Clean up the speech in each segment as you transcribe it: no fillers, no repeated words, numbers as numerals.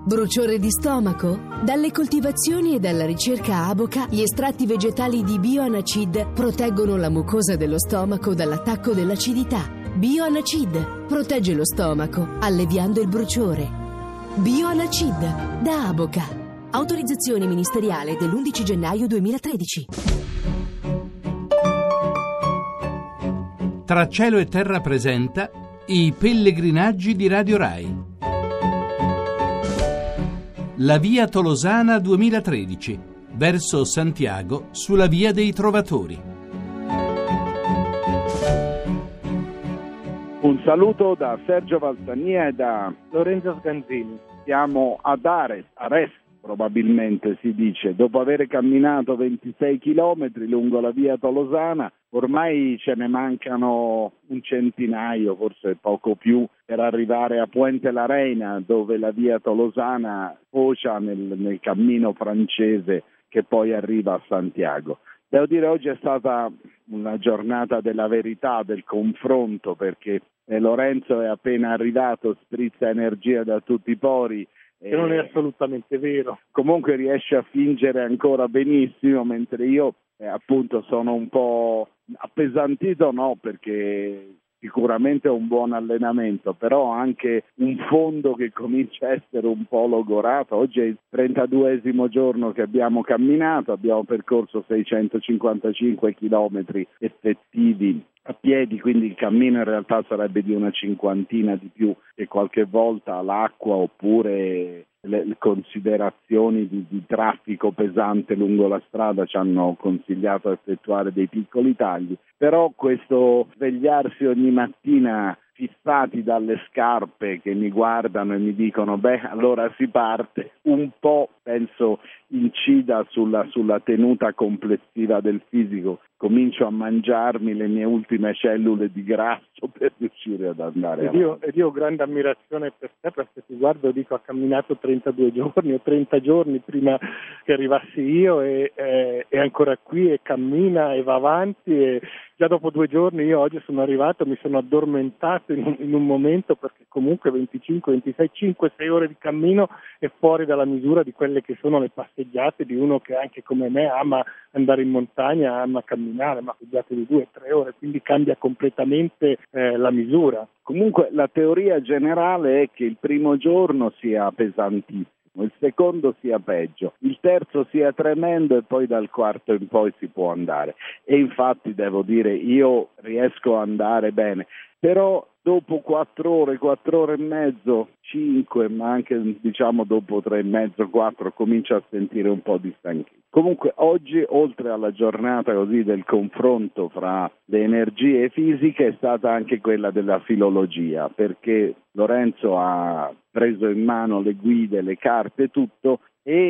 Bruciore di stomaco? Dalle coltivazioni e dalla ricerca Aboca, gli estratti vegetali di Bioanacid proteggono la mucosa dello stomaco dall'attacco dell'acidità. Bioanacid protegge lo stomaco, alleviando il bruciore. Bioanacid da Aboca. Autorizzazione ministeriale dell'11 gennaio 2013. Tra cielo e terra presenta i pellegrinaggi di Radio Rai. La via Tolosana 2013, verso Santiago, sulla via dei Trovatori. Un saluto da Sergio Valsania e da Lorenzo Sganzini. Siamo ad Ares, probabilmente si dice, dopo aver camminato 26 chilometri lungo la via Tolosana. Ormai ce ne mancano un centinaio, forse poco più, per arrivare a Puente la Reina, dove la via Tolosana focia nel cammino francese che poi arriva a Santiago. Devo dire, oggi è stata una giornata della verità, del confronto, perché Lorenzo è appena arrivato, sprizza energia da tutti i pori. Che non è assolutamente vero. Comunque riesce a fingere ancora benissimo, mentre io appunto sono un po' appesantito, no, perché sicuramente è un buon allenamento, però anche un fondo che comincia a essere un po' logorato. Oggi è il 32esimo giorno che abbiamo camminato, abbiamo percorso 655 chilometri effettivi a piedi, quindi il cammino in realtà sarebbe di una cinquantina di più, e qualche volta l'acqua oppure le considerazioni di traffico pesante lungo la strada ci hanno consigliato di effettuare dei piccoli tagli. Però questo svegliarsi ogni mattina fissati dalle scarpe che mi guardano e mi dicono allora si parte, un po' penso incida sulla tenuta complessiva del fisico. Comincio a mangiarmi le mie ultime cellule di grasso per riuscire ad andare avanti. Io ho grande ammirazione per te, perché ti guardo e dico: ha camminato 32 giorni o 30 giorni prima che arrivassi io, e è ancora qui e cammina e va avanti, e già dopo 2 giorni io oggi sono arrivato, mi sono addormentato in un momento, perché comunque 25, 26, 5, 6 ore di cammino è fuori dalla misura di quelle che sono le passeggiate di uno che anche come me ama andare in montagna, ama camminare, ma passeggiate di 2-3 ore, quindi cambia completamente la misura. Comunque la teoria generale è che il primo giorno sia pesantissimo, il secondo sia peggio, il terzo sia tremendo e poi dal quarto in poi si può andare. E infatti devo dire, io riesco a andare bene, però dopo 4 ore e mezzo, 5, ma anche diciamo dopo 3 e mezzo, 4, comincio a sentire un po' di stanchezza. Comunque oggi, oltre alla giornata così del confronto fra le energie fisiche, è stata anche quella della filologia, perché Lorenzo ha preso in mano le guide, le carte, tutto,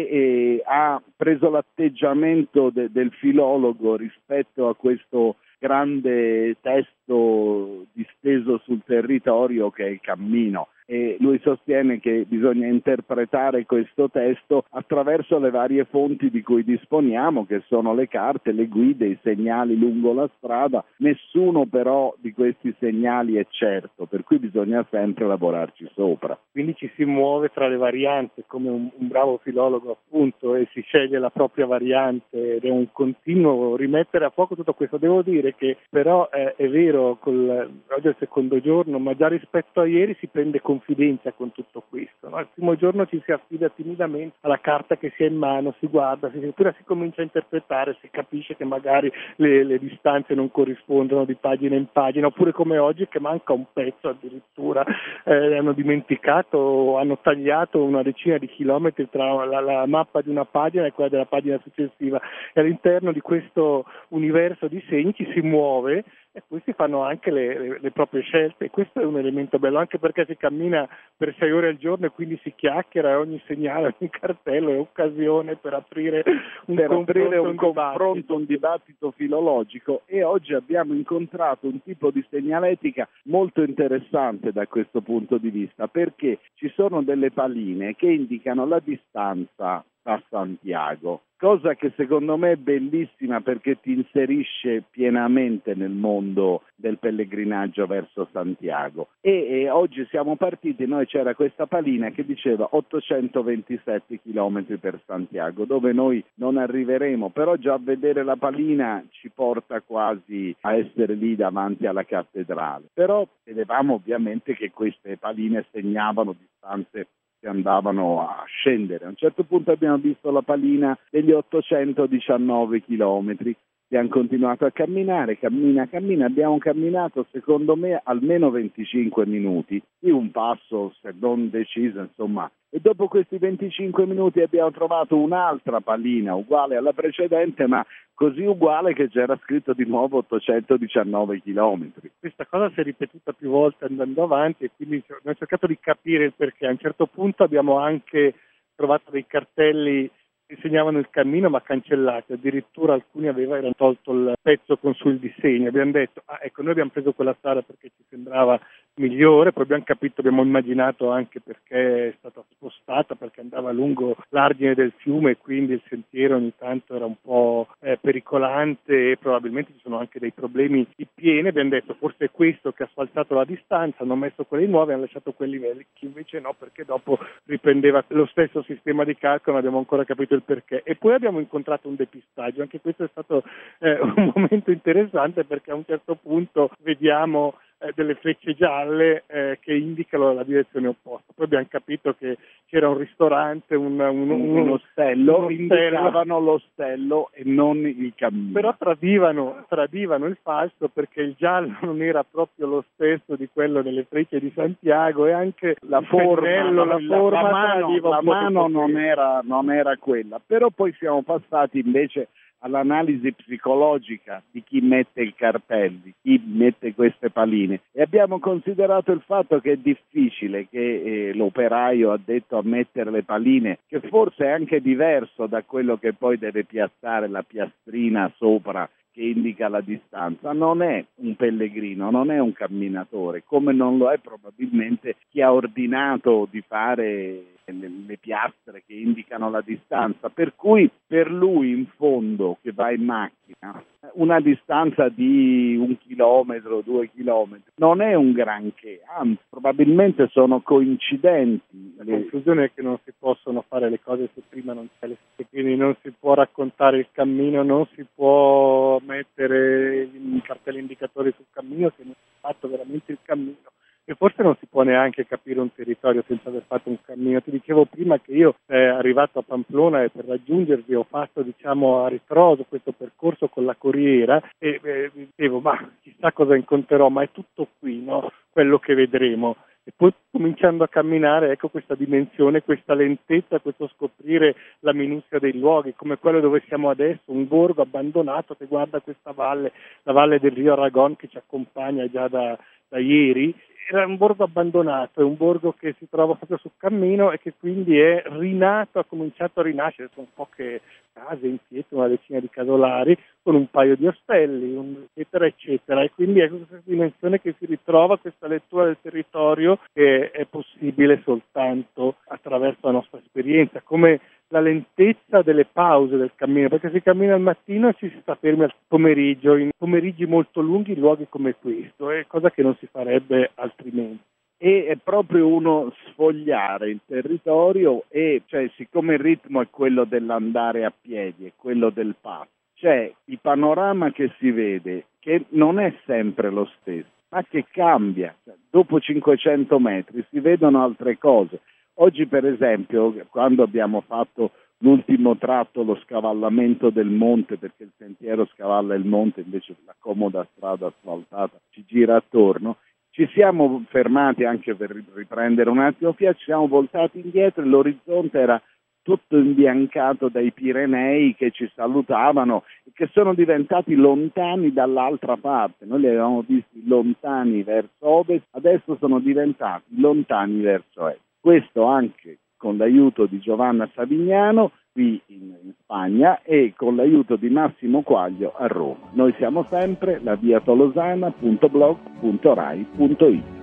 e ha preso l'atteggiamento del filologo rispetto a questo grande testo disteso sul territorio che è il cammino. E lui sostiene che bisogna interpretare questo testo attraverso le varie fonti di cui disponiamo, che sono le carte, le guide, i segnali lungo la strada. Nessuno però di questi segnali è certo, per cui bisogna sempre lavorarci sopra. Quindi ci si muove tra le varianti come un bravo filologo, appunto, e si sceglie la propria variante, ed è un continuo rimettere a fuoco tutto questo. Devo dire che però è vero, oggi è il secondo giorno, ma già rispetto a ieri si prende confidenza con tutto questo, no? Il primo giorno ci si affida timidamente alla carta che si ha in mano, si guarda, si comincia a interpretare, si capisce che magari le distanze non corrispondono di pagina in pagina, oppure come oggi che manca un pezzo addirittura, hanno dimenticato, hanno tagliato una decina di chilometri tra la mappa di una pagina e quella della pagina successiva, e all'interno di questo universo di segni ci si muove e poi si fanno anche le proprie scelte, e questo è un elemento bello, anche perché si cammina per 6 ore al giorno e quindi si chiacchiera, e ogni segnale, ogni cartello è occasione per aprire un confronto, un dibattito filologico. E oggi abbiamo incontrato un tipo di segnaletica molto interessante da questo punto di vista, perché ci sono delle palline che indicano la distanza a Santiago, cosa che secondo me è bellissima perché ti inserisce pienamente nel mondo del pellegrinaggio verso Santiago. E oggi siamo partiti, noi c'era questa palina che diceva 827 chilometri per Santiago, dove noi non arriveremo, però già a vedere la palina ci porta quasi a essere lì davanti alla cattedrale. Però vedevamo ovviamente che queste paline segnavano distanze che andavano a scendere. A un certo punto abbiamo visto la palina degli 819 chilometri. Abbiamo continuato a camminare, cammina, abbiamo camminato secondo me almeno 25 minuti, di un passo se non deciso, insomma. E dopo questi 25 minuti abbiamo trovato un'altra palina uguale alla precedente, ma così uguale che c'era scritto di nuovo 819 chilometri. Questa cosa si è ripetuta più volte andando avanti e quindi abbiamo cercato di capire il perché. A un certo punto abbiamo anche trovato dei cartelli che segnavano il cammino ma cancellati, addirittura alcuni erano tolto il pezzo con sul disegno. Abbiamo detto, noi abbiamo preso quella strada perché ci sembrava migliore, poi abbiamo immaginato anche perché è stata spostata, perché andava lungo l'argine del fiume e quindi il sentiero ogni tanto era un po' pericolante e probabilmente ci sono anche dei problemi di piene. Abbiamo detto forse è questo che ha sfalsato la distanza, hanno messo quelli nuovi, hanno lasciato quelli vecchi, invece no, perché dopo riprendeva lo stesso sistema di calcolo, non abbiamo ancora capito il perché. E poi abbiamo incontrato un depistaggio, anche questo è stato un momento interessante perché a un certo punto vediamo delle frecce gialle che indicano la direzione opposta. Poi abbiamo capito che c'era un ristorante, uno stello, indicavano lo stello e non il cammino. Però tradivano il falso perché il giallo non era proprio lo stesso di quello delle frecce di Santiago e anche la mano non era quella. Però poi siamo passati invece all'analisi psicologica di chi mette i cartelli, chi mette queste paline, e abbiamo considerato il fatto che è difficile che l'operaio addetto a mettere le paline, che forse è anche diverso da quello che poi deve piazzare la piastrina sopra che indica la distanza, non è un pellegrino, non è un camminatore, come non lo è probabilmente chi ha ordinato di fare le piastre che indicano la distanza, per cui per lui in fondo che va in macchina una distanza di 1 chilometro, 2 chilometri non è un granché, anzi probabilmente sono coincidenti. La conclusione è che non si possono fare le cose se prima non c'è quindi non si può raccontare il cammino, non si può mettere i cartelli indicatori sul cammino se non si è fatto veramente il cammino. E forse non si può neanche capire un territorio senza aver fatto un cammino. Ti dicevo prima che io arrivato a Pamplona e per raggiungervi ho fatto a ritroso questo percorso con la corriera e dicevo ma chissà cosa incontrerò, ma è tutto qui, no? Quello che vedremo. E poi cominciando a camminare, ecco questa dimensione, questa lentezza, questo scoprire la minuzia dei luoghi, come quello dove siamo adesso, un borgo abbandonato che guarda questa valle, la valle del Rio Aragon che ci accompagna già da ieri. Era un borgo abbandonato, è un borgo che si trova proprio sul cammino e che quindi è rinato, ha cominciato a rinascere, sono poche case in pietra, una decina di casolari, con un paio di ostelli, eccetera, eccetera. E quindi è questa dimensione che si ritrova, questa lettura del territorio che è possibile soltanto attraverso la nostra esperienza, come la lentezza delle pause del cammino, perché si cammina al mattino e ci si sta fermi al pomeriggio, in pomeriggi molto lunghi in luoghi come questo, è cosa che non si farebbe altrimenti. E è proprio uno sfogliare il territorio e siccome il ritmo è quello dell'andare a piedi, è quello del passo, c'è il panorama che si vede che non è sempre lo stesso, ma che cambia, dopo 500 metri si vedono altre cose. Oggi per esempio, quando abbiamo fatto l'ultimo tratto, lo scavallamento del monte, perché il sentiero scavalla il monte, invece la comoda strada asfaltata ci gira attorno, ci siamo fermati anche per riprendere un attimo ci siamo voltati indietro e l'orizzonte era tutto imbiancato dai Pirenei che ci salutavano e che sono diventati lontani dall'altra parte. Noi li avevamo visti lontani verso ovest, adesso sono diventati lontani verso est. Questo anche con l'aiuto di Giovanna Savignano qui in Spagna e con l'aiuto di Massimo Quaglio a Roma. Noi siamo sempre la via tolosana.blog.rai.it.